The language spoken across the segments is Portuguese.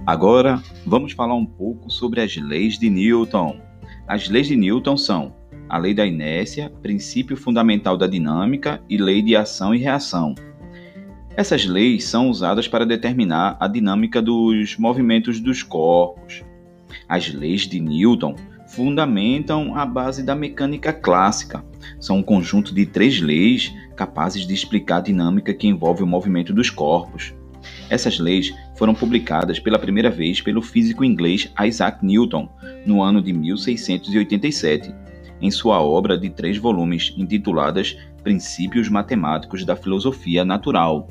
Agora, vamos falar um pouco sobre as leis de Newton. As leis de Newton são a lei da inércia, princípio fundamental da dinâmica e lei de ação e reação. Essas leis são usadas para determinar a dinâmica dos movimentos dos corpos. As leis de Newton fundamentam a base da mecânica clássica. São um conjunto de 3 leis capazes de explicar a dinâmica que envolve o movimento dos corpos. Essas leis foram publicadas pela primeira vez pelo físico inglês Isaac Newton no ano de 1687, em sua obra de 3 volumes intituladas Princípios Matemáticos da Filosofia Natural.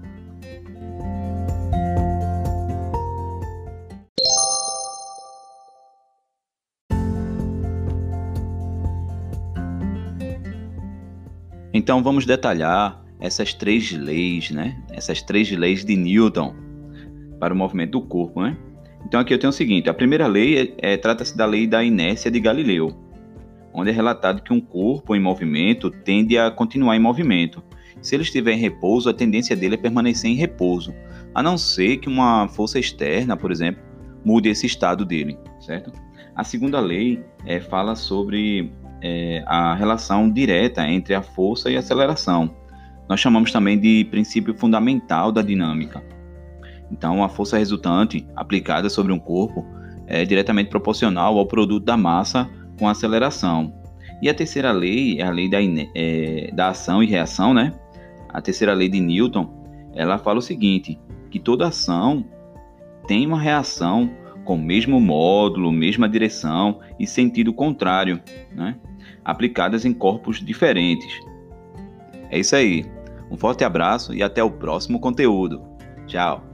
Então vamos detalhar essas 3 leis, Essas 3 leis de Newton para o movimento do corpo, Então aqui eu tenho o seguinte: a primeira lei trata-se da lei da inércia de Galileu, onde é relatado que um corpo em movimento tende a continuar em movimento. Se ele estiver em repouso, a tendência dele é permanecer em repouso, a não ser que uma força externa, por exemplo, mude esse estado dele, certo? A segunda lei fala sobre a relação direta entre a força e a aceleração. Nós chamamos também de princípio fundamental da dinâmica. Então, a força resultante aplicada sobre um corpo é diretamente proporcional ao produto da massa com a aceleração. E a terceira lei é a lei da ação e reação, A terceira lei de Newton, ela fala o seguinte, que toda ação tem uma reação com o mesmo módulo, mesma direção e sentido contrário, aplicadas em corpos diferentes. É isso aí. Um forte abraço e até o próximo conteúdo. Tchau!